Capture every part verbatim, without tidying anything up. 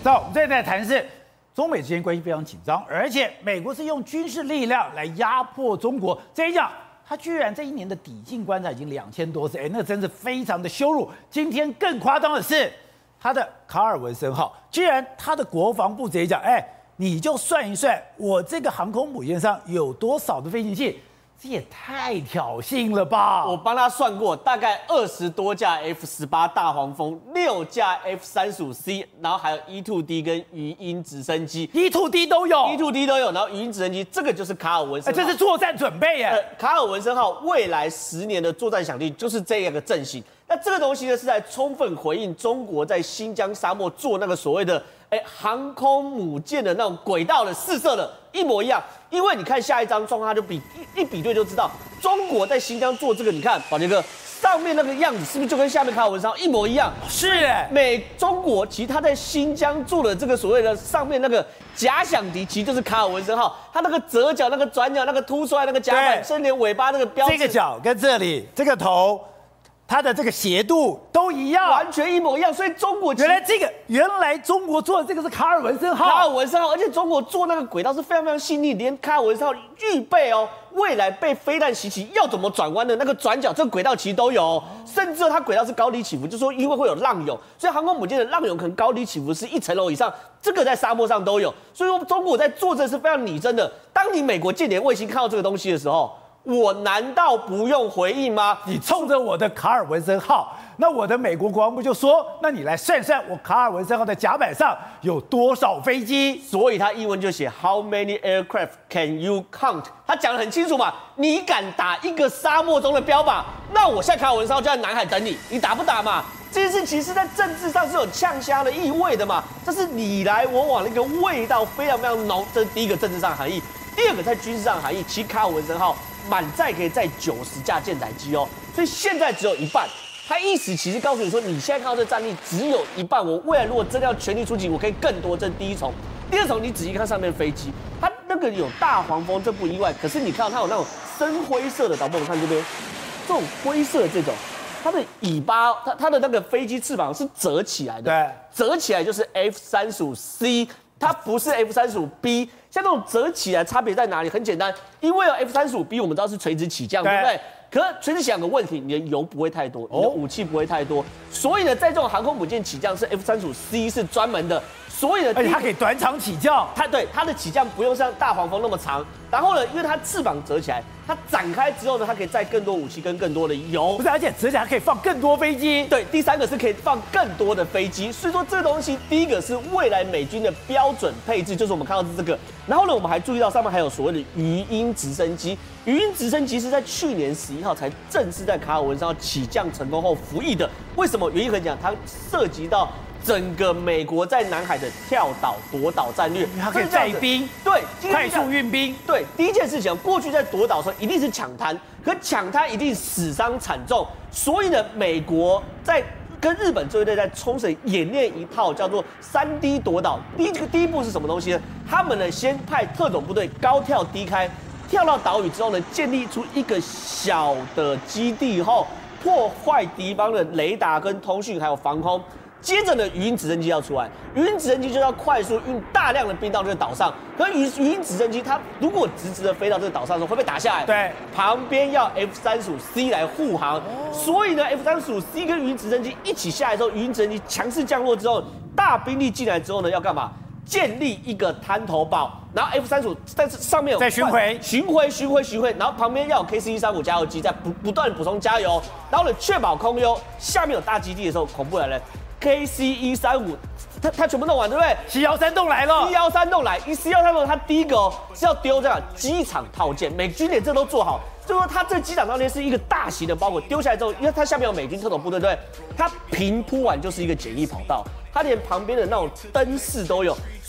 那我们现在在谈是中美之间关系非常紧张，而且美国是用军事力量来压迫中国。这一讲，他居然这一年的抵近观察已经两千多次，哎，那真是非常的羞辱。今天更夸张的是，他的卡尔文森号，居然他的国防部直接讲，哎，你就算一算，我这个航空母舰上有多少的飞行器。这也太挑衅了吧！ 我帮他算过，大概二十多架 F 十八大黄蜂，六架 F 三十五 C， 然后还有 E 二 D 跟鱼鹰直升机 ，E 二 D 都有 ，E 二 D 都有，然后鱼鹰直升机，这个就是卡尔文森号， 哎，这是作战准备耶、 呃。卡尔文森号未来十年的作战响应就是这样个阵型。那这个东西呢，是在充分回应中国在新疆沙漠做那个所谓的哎航空母舰的那种轨道的试射的，一模一样。因为你看下一张状况，它就比一一比对就知道，中国在新疆做这个，你看宝杰哥上面那个样子是不是就跟下面卡尔文森号一模一样？ 是哎， 美中国其实他在新疆做的这个所谓的上面那个假想敌，其实就是卡尔文森号，它那个折角、那个转角、那个凸出来那个甲板，甚至连尾巴那个标志， 这个角跟这里这个头。它的这个斜度都一样， 完全一模一样，所以中国原来这个原来中国做的这个是卡尔文森号， 卡尔文森号，而且中国做那个轨道是非常非常细腻，连卡尔文森号预备哦，未来被飞弹袭击要怎么转弯的那个转角，这个轨道其实都有、哦，甚至它轨道是高低起伏，就是说因为会有浪涌，所以航空母舰的浪涌可能高低起伏是一层楼以上，这个在沙漠上都有，所以说中国在做这是非常拟真的。当你美国间谍卫星看到这个东西的时候。我难道不用回应吗？ 你冲着我的卡尔文森号，那我的美国国防部就说，那你来算算我卡尔文森号的甲板上有多少飞机？ 所以他英文就写 How many aircraft can you count？ 他讲得很清楚嘛，你敢打一个沙漠中的标靶，那我现在卡尔文森号就在南海等你，你打不打嘛？这件事其实在政治上是有呛虾的意味的嘛，这是你来我往的一个味道非常非常浓，这是第一个政治上含义。第二个在军事上含义，其实卡尔文森号满载可以载九十架舰载机哦，所以现在只有一半。他意思其实告诉你说，你现在看到这战力只有一半，我未来如果真的要全力出击，我可以更多。这是第一重。第二重，你仔细看上面飞机，它那个有大黄蜂，这不意外。可是你看到它有那种深灰色的，导播我们看这边，这种灰色的这种，它的尾巴，它它的那个飞机翅膀是折起来的， 对， 折起来就是 F 三十五 C， 它不是 F 三十五 B。像这种折起来差别在哪里？很简单，因为有 F 三十五 B 我们知道是垂直起降，对不对？可是垂直起降有个问题，你的油不会太多，你的武器不会太多，所以呢，在这种航空母舰起降是 F 三十五 C 是专门的，所以呢， 而且它可以短场起降， 它对它的起降不用像大黄蜂那么长。然后呢，因为它翅膀折起来，它展开之后呢，它可以载更多武器跟更多的油。 不是，而且折起来可以放更多飞机。 对，第三个是可以放更多的飞机。所以说这个东西，第一个是未来美军的标准配置，就是我们看到的这个。然后呢，我们还注意到上面还有所谓的鱼鹰直升机。鱼鹰直升机是在去年十一号才正式在卡尔文森号起降成功后服役的。为什么？原因很简单，它涉及到整个美国在南海的跳岛夺岛战略， 它可以载兵， 对， 快速运兵。 对，第一件事情，过去在夺岛的时候一定是抢滩，可抢滩一定死伤惨重，所以呢，美国在跟日本自卫队在冲绳演练一套叫做三 D 夺岛。第一个第一步是什么东西呢？他们呢先派特种部队高跳低开，跳到岛屿之后呢，建立出一个小的基地后，破坏敌方的雷达跟通讯还有防空。接着呢，鱼鹰直升机要出来，鱼鹰直升机就要快速运大量的兵到这个岛上。可是鱼鱼鹰直升机它如果直直的飞到这个岛上的时候，会被打下来。 对， 旁边要 F 三十五 C 来护航。哦、所以呢 ，F 三十五 C 跟鱼鹰直升机一起下来之后，鱼鹰直升机强势降落之后，大兵力进来之后呢，要干嘛？建立一个滩头堡，然后 F 三十五在上面有在巡回、 巡回、巡回、巡回，然后旁边要有 K C 一三五加油机在不不断补充加油，然后呢确保空优。下面有大基地的时候，恐怖来了。K C 一三五，它它全部弄完，对不对？ 七幺三洞来了， 七幺三洞来，一七幺三洞，它第一个哦是要丢这样机场套件，美军连这都做好，就说它这机场套件是一个大型的包裹，丢下来之后，因为它下面有美军特种部队，对不对？它平铺完就是一个简易跑道，它连旁边的那种灯饰都有，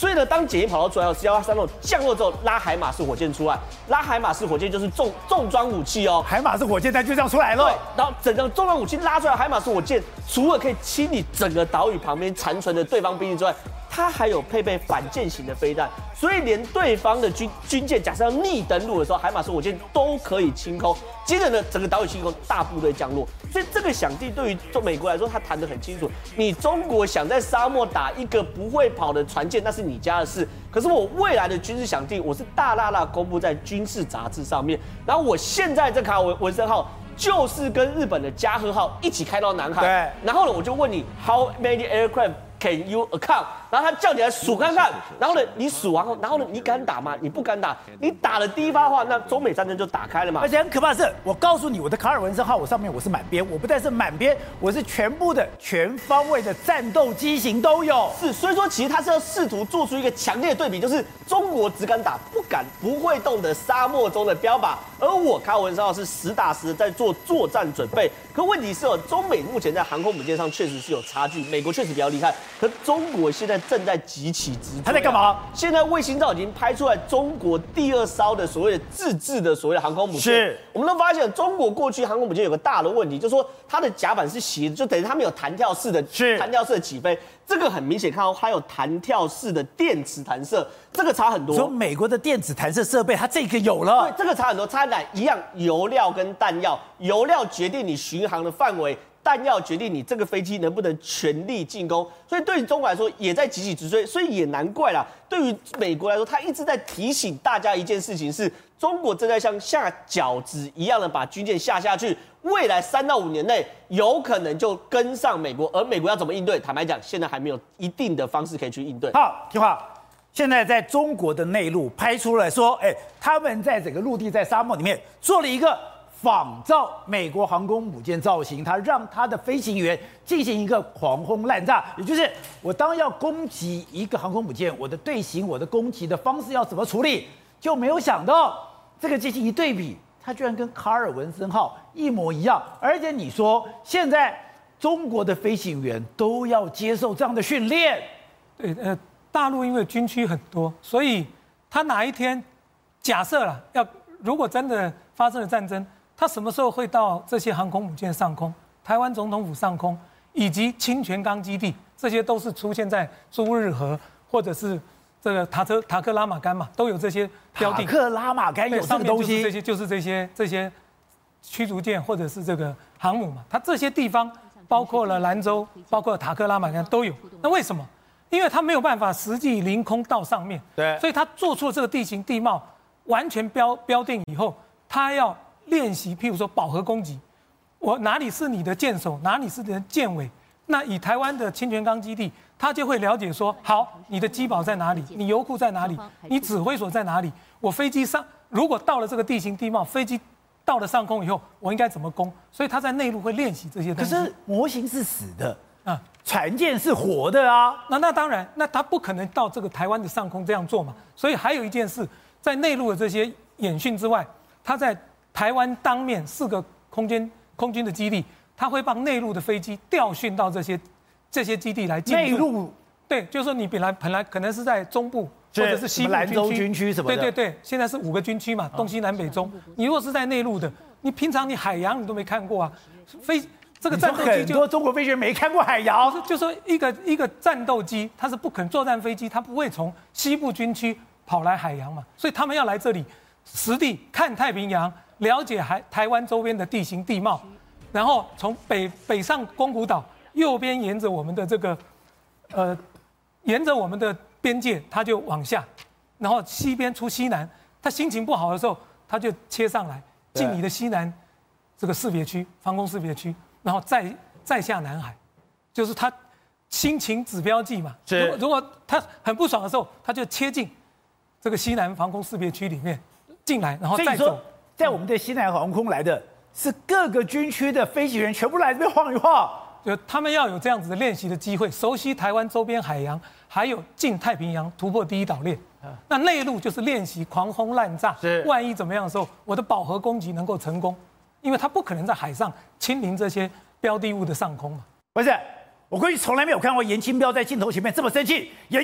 所以呢，当检验跑道出来后， 十一号三号降落之后，拉海马式火箭出来，拉海马式火箭就是重重装武器哦， 海马式火箭弹就这样出来了。 对，然后整个重装武器拉出来，海马式火箭除了可以清理整个岛屿旁边残存的对方兵力之外，它还有配备反舰型的飞弹，所以连对方的军军舰假设要逆登陆的时候，海马式火箭都可以清空。接着呢，整个岛屿清空，大部队降落。所以这个响地对于美国来说，他谈得很清楚。你中国想在沙漠打一个不会跑的船舰，那是你家的事。可是我未来的军事响地，我是大大大公布在军事杂志上面。然后我现在这卡文文森号。就是跟日本的加贺号一起开到南海， 对。 然后呢，我就问你 ，How many aircraft can you account？ 然后他叫你来数看看，然后呢，你数完后，然后呢，你敢打吗？你不敢打，你打了第一发的话，那中美战争就打开了嘛。 而且很可怕的是，我告诉你，我的卡尔文森号，我上面我是满编，我不但是满编，我是全部的全方位的战斗机型都有。 是，所以说其实他是要试图做出一个强烈的对比，就是中国只敢打不敢不会动的沙漠中的标靶，而我卡尔文森号是实打实的在做作战准备。可问题是哦，中美目前在航空母舰上确实是有差距，美国确实比较厉害，可中国现在正在急起直追。 他在干嘛？ 现在卫星照已经拍出来中国第二艘的所谓的自制的所谓的航空母舰。 是， 我们都发现中国过去航空母舰有个大的问题，就是说它的甲板是斜的，就等于它没有弹跳式的， 是弹跳式的起飞。这个很明显看到它有弹跳式的电磁弹射，这个差很多。 说美国的电子弹射设备，它这个有了。 对，这个差很多，差在一样，油料跟弹药，油料决定你巡航的范围。弹药决定你这个飞机能不能全力进攻，所以对于中国来说也在急起直追，所以也难怪啦。对于美国来说，他一直在提醒大家一件事情是，中国正在像下饺子一样的把军舰下下去，未来三到五年内有可能就跟上美国，而美国要怎么应对？坦白讲，现在还没有一定的方式可以去应对。 好，听话。现在在中国的内陆拍出来说，哎，他们在整个陆地在沙漠里面做了一个。仿照美国航空母舰造型，它让它的飞行员进行一个狂轰滥炸，也就是我当要攻击一个航空母舰，我的队形、我的攻击的方式要怎么处理，就没有想到这个进行一对比，它居然跟卡尔文森号一模一样，而且你说现在中国的飞行员都要接受这样的训练， 对，呃，大陆因为军区很多，所以他哪一天假设了要如果真的发生了战争。他什么时候会到这些航空母舰上空、台湾总统府上空，以及清泉岗基地，这些都是出现在朱日河或者是这个塔特塔克拉玛干嘛，都有这些标的。 塔克拉玛干有这个东西， 这些就是这些这些驱逐舰或者是这个航母嘛。它这些地方包括了兰州，包括塔克拉玛干都有。那为什么？因为它没有办法实际凌空到上面， 对， 所以它做出了这个地形地貌完全标标定以后，它要。练习，譬如说饱和攻击，我哪里是你的舰首，哪里是你的舰尾？那以台湾的清泉岗基地，他就会了解说，好，你的机堡在哪里？你油库在哪里？你指挥所在哪里？我飞机上如果到了这个地形地貌，飞机到了上空以后，我应该怎么攻？所以他在内陆会练习这些东西。 可是模型是死的啊， 船舰是活的啊。 那那当然，那他不可能到这个台湾的上空这样做嘛。所以还有一件事，在内陆的这些演训之外，他在台湾当面四个空军空军的基地，他会帮内陆的飞机调训到这些这些基地来进入。 内陆对，就是说你本来本来可能是在中部或者是西部兰州军区什么的。 对对对，现在是五个军区嘛，东西南北中。你如果是在内陆的，你平常你海洋你都没看过啊，飞这个战斗机很多中国飞行员没看过海洋。 就说一个一个战斗机，它是不可能作战飞机，它不会从西部军区跑来海洋嘛，所以他们要来这里实地看太平洋。了解海台湾周边的地形地貌，然后从北北上宫古岛，右边沿着我们的这个，呃，沿着我们的边界，他就往下，然后西边出西南，他心情不好的时候，他就切上来进你的西南这个识别区、防空识别区，然后再再下南海，就是他心情指标计嘛。如果如果他很不爽的时候，他就切进这个西南防空识别区里面进来，然后再走。 在我们的西南航空来的是各个军区的飞行员，全部来这边晃一晃。 就他们要有这样子的练习的机会，熟悉台湾周边海洋，还有进太平洋突破第一岛链。那内陆就是练习狂轰滥炸，万一怎么样的时候，我的饱和攻击能够成功，因为他不可能在海上亲临这些标的物的上空嘛。 不是，我过去从来没有看过严清标在镜头前面这么生气，严家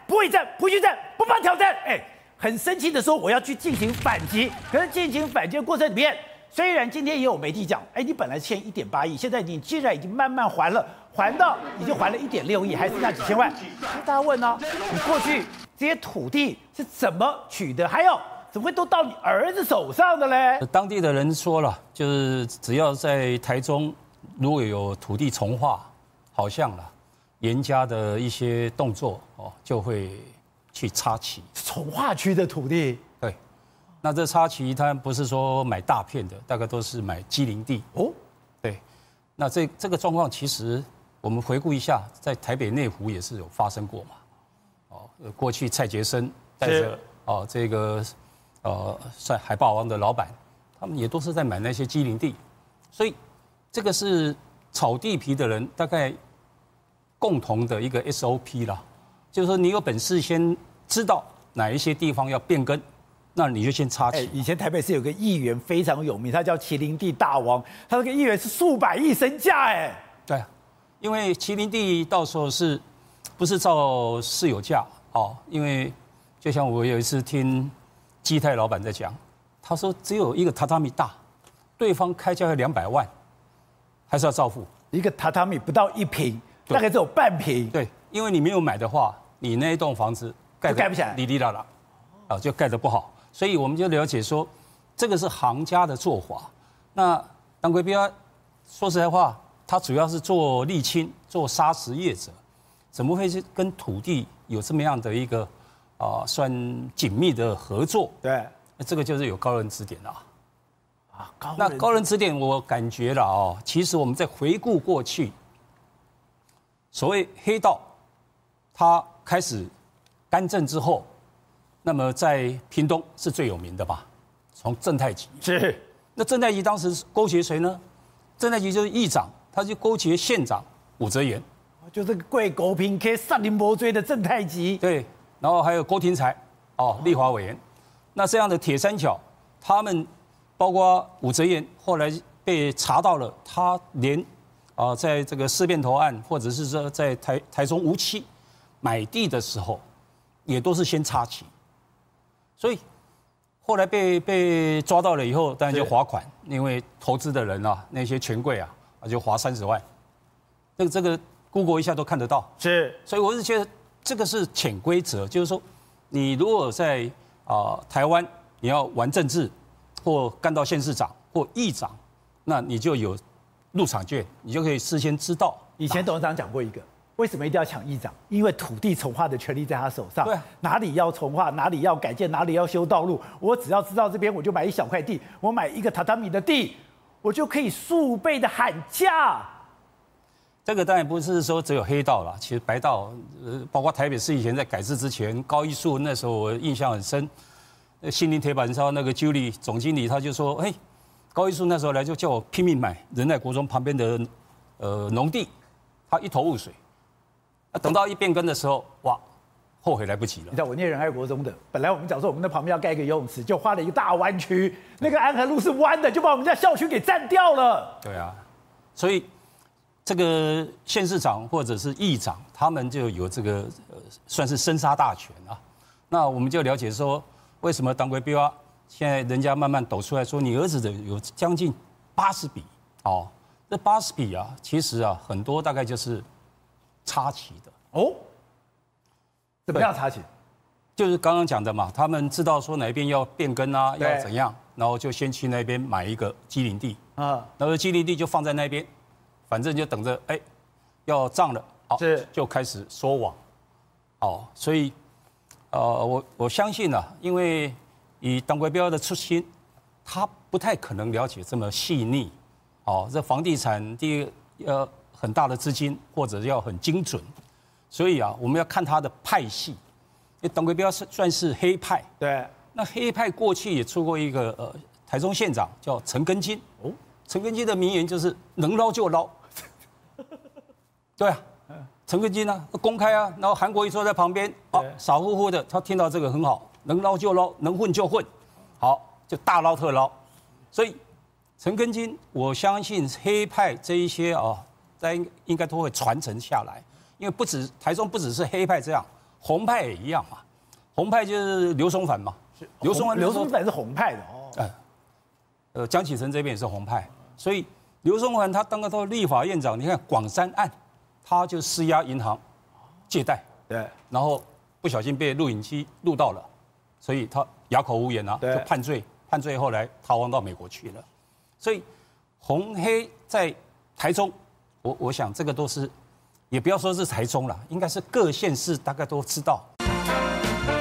不会战，不去战，不怕挑战，哎，很生气的说我要去进行反击。可是进行反击的过程里面，虽然今天也有媒体讲，哎，你本来欠一点八亿，现在你既然已经慢慢还了，还到已经还了一点六亿，还剩下几千万。大家问呢，你过去这些土地是怎么取得？还有怎么会都到你儿子手上的嘞？ 当地的人说了，就是只要在台中如果有土地重划，好像了严家的一些动作哦，就会去插旗。 重划区的土地， 对，那这插旗它不是说买大片的，大概都是买机灵地哦。对，那这这个状况其实我们回顾一下，在台北内湖也是有发生过嘛。哦，过去蔡杰生带着哦这个。呃，算海霸王的老板，他们也都是在买那些机灵地，所以这个是炒地皮的人大概共同的一个 S O P 啦，就是说你有本事先知道哪一些地方要变更，那你就先插旗。 以前台北市有个议员非常有名，他叫麒麟地大王，他那个议员是数百亿身价哎。 对，因为麒麟地到时候是不是照市有价哦？因为就像我有一次听。基泰老板在讲，他说只有一个榻榻米大，对方开价要两百万，还是要照付。 一个榻榻米不到一平，大概只有半平。 对，因为你没有买的话，你那一栋房子盖盖不起来， 哩哩啦啦，啊，就盖得不好。所以我们就了解说，这个是行家的做法。那当归标，说实在话，他主要是做沥青、做砂石业者，怎么会是跟土地有这么样的一个？啊，算紧密的合作， 对， 那这个就是有高人指点啦。 啊，高那高人指点，我感觉了哦，其实我们在回顾过去，所谓黑道，它开始干政之后，那么在屏东是最有名的吧？从郑太吉是， 那郑太吉当时勾结谁呢？郑太吉就是议长，他就勾结县长武则言， 就这个贵狗平 K 上林伯追的郑太吉， 对。然后还有郭廷才，哦，立法委员，那这样的铁三角，他们包括武则言后来被查到了，他连啊、呃、在这个四变头案，或者是说在台台中无期买地的时候，也都是先插旗，所以后来被被抓到了以后，当然就罚款，因为投资的人啊，那些权贵啊，就罚三十万，这个这个 Google 一下都看得到， 是， 所以我是觉得。这个是潜规则，就是说，你如果在啊、呃、台湾你要玩政治，或干到县市长或议长，那你就有入场券，你就可以事先知道。 以前董事长讲过一个，为什么一定要抢议长？因为土地重划的权利在他手上， 对、啊， 哪里要重划，哪里要改建，哪里要修道路，我只要知道这边，我就买一小块地，我买一个榻榻米的地，我就可以数倍的喊价。 这个当然不是说只有黑道了，其实白道，呃，包括台北市以前在改制之前，高一树那时候我印象很深，新林铁板烧那个 Julie 总经理他就说，嘿，高一树那时候来就叫我拼命买仁爱国中旁边的呃农地，他一头雾水，啊，等到一变更的时候，哇，后悔来不及了。 你知道我念仁爱国中的，本来我们讲说我们那旁边要盖一个游泳池，就画了一个大弯曲，那个安和路是弯的，就把我们家校区给占掉了。 对啊，所以。这个县市长或者是议长，他们就有这个呃，算是生杀大权啊。那我们就了解说，为什么当归标啊，现在人家慢慢抖出来说，你儿子的有将近八十笔哦，这八十笔啊，其实啊，很多大概就是插旗的哦。怎么样插旗？ 就是刚刚讲的嘛，他们知道说哪一边要变更啊，要怎样，然后就先去那边买一个机灵地啊，然后机灵地就放在那边。反正就等着，哎，要涨了，好，就开始说谎，哦，所以，呃，我我相信呢、啊，因为以当归标的出身，他不太可能了解这么细腻，哦，这房地产第一个要很大的资金，或者要很精准，所以啊，我们要看他的派系，因为当归标是算是黑派， 对， 那黑派过去也出过一个呃台中县长叫陈根金，哦，陈根金的名言就是能捞就捞。对啊，陈根金呢公开啊，然后韩国瑜坐在旁边，啊，傻乎乎的，他听到这个很好，能捞就捞，能混就混，好就大捞特捞。所以陈根金，我相信黑派这一些啊，在应该都会传承下来，因为不止台中不只是黑派这样， 红派也一样嘛，红派就是刘松凡嘛， 刘松凡刘松凡是红派的哦。 哎，呃，江启臣这边也是红派，所以刘松凡他当个他立法院长，你看广山案，他就施压银行借贷， 对， 然后不小心被录影机录到了，所以他哑口无言啊，就判罪，判罪后来逃亡到美国去了。所以红黑在台中，我我想这个都是，也不要说是台中啦，应该是各县市大概都知道。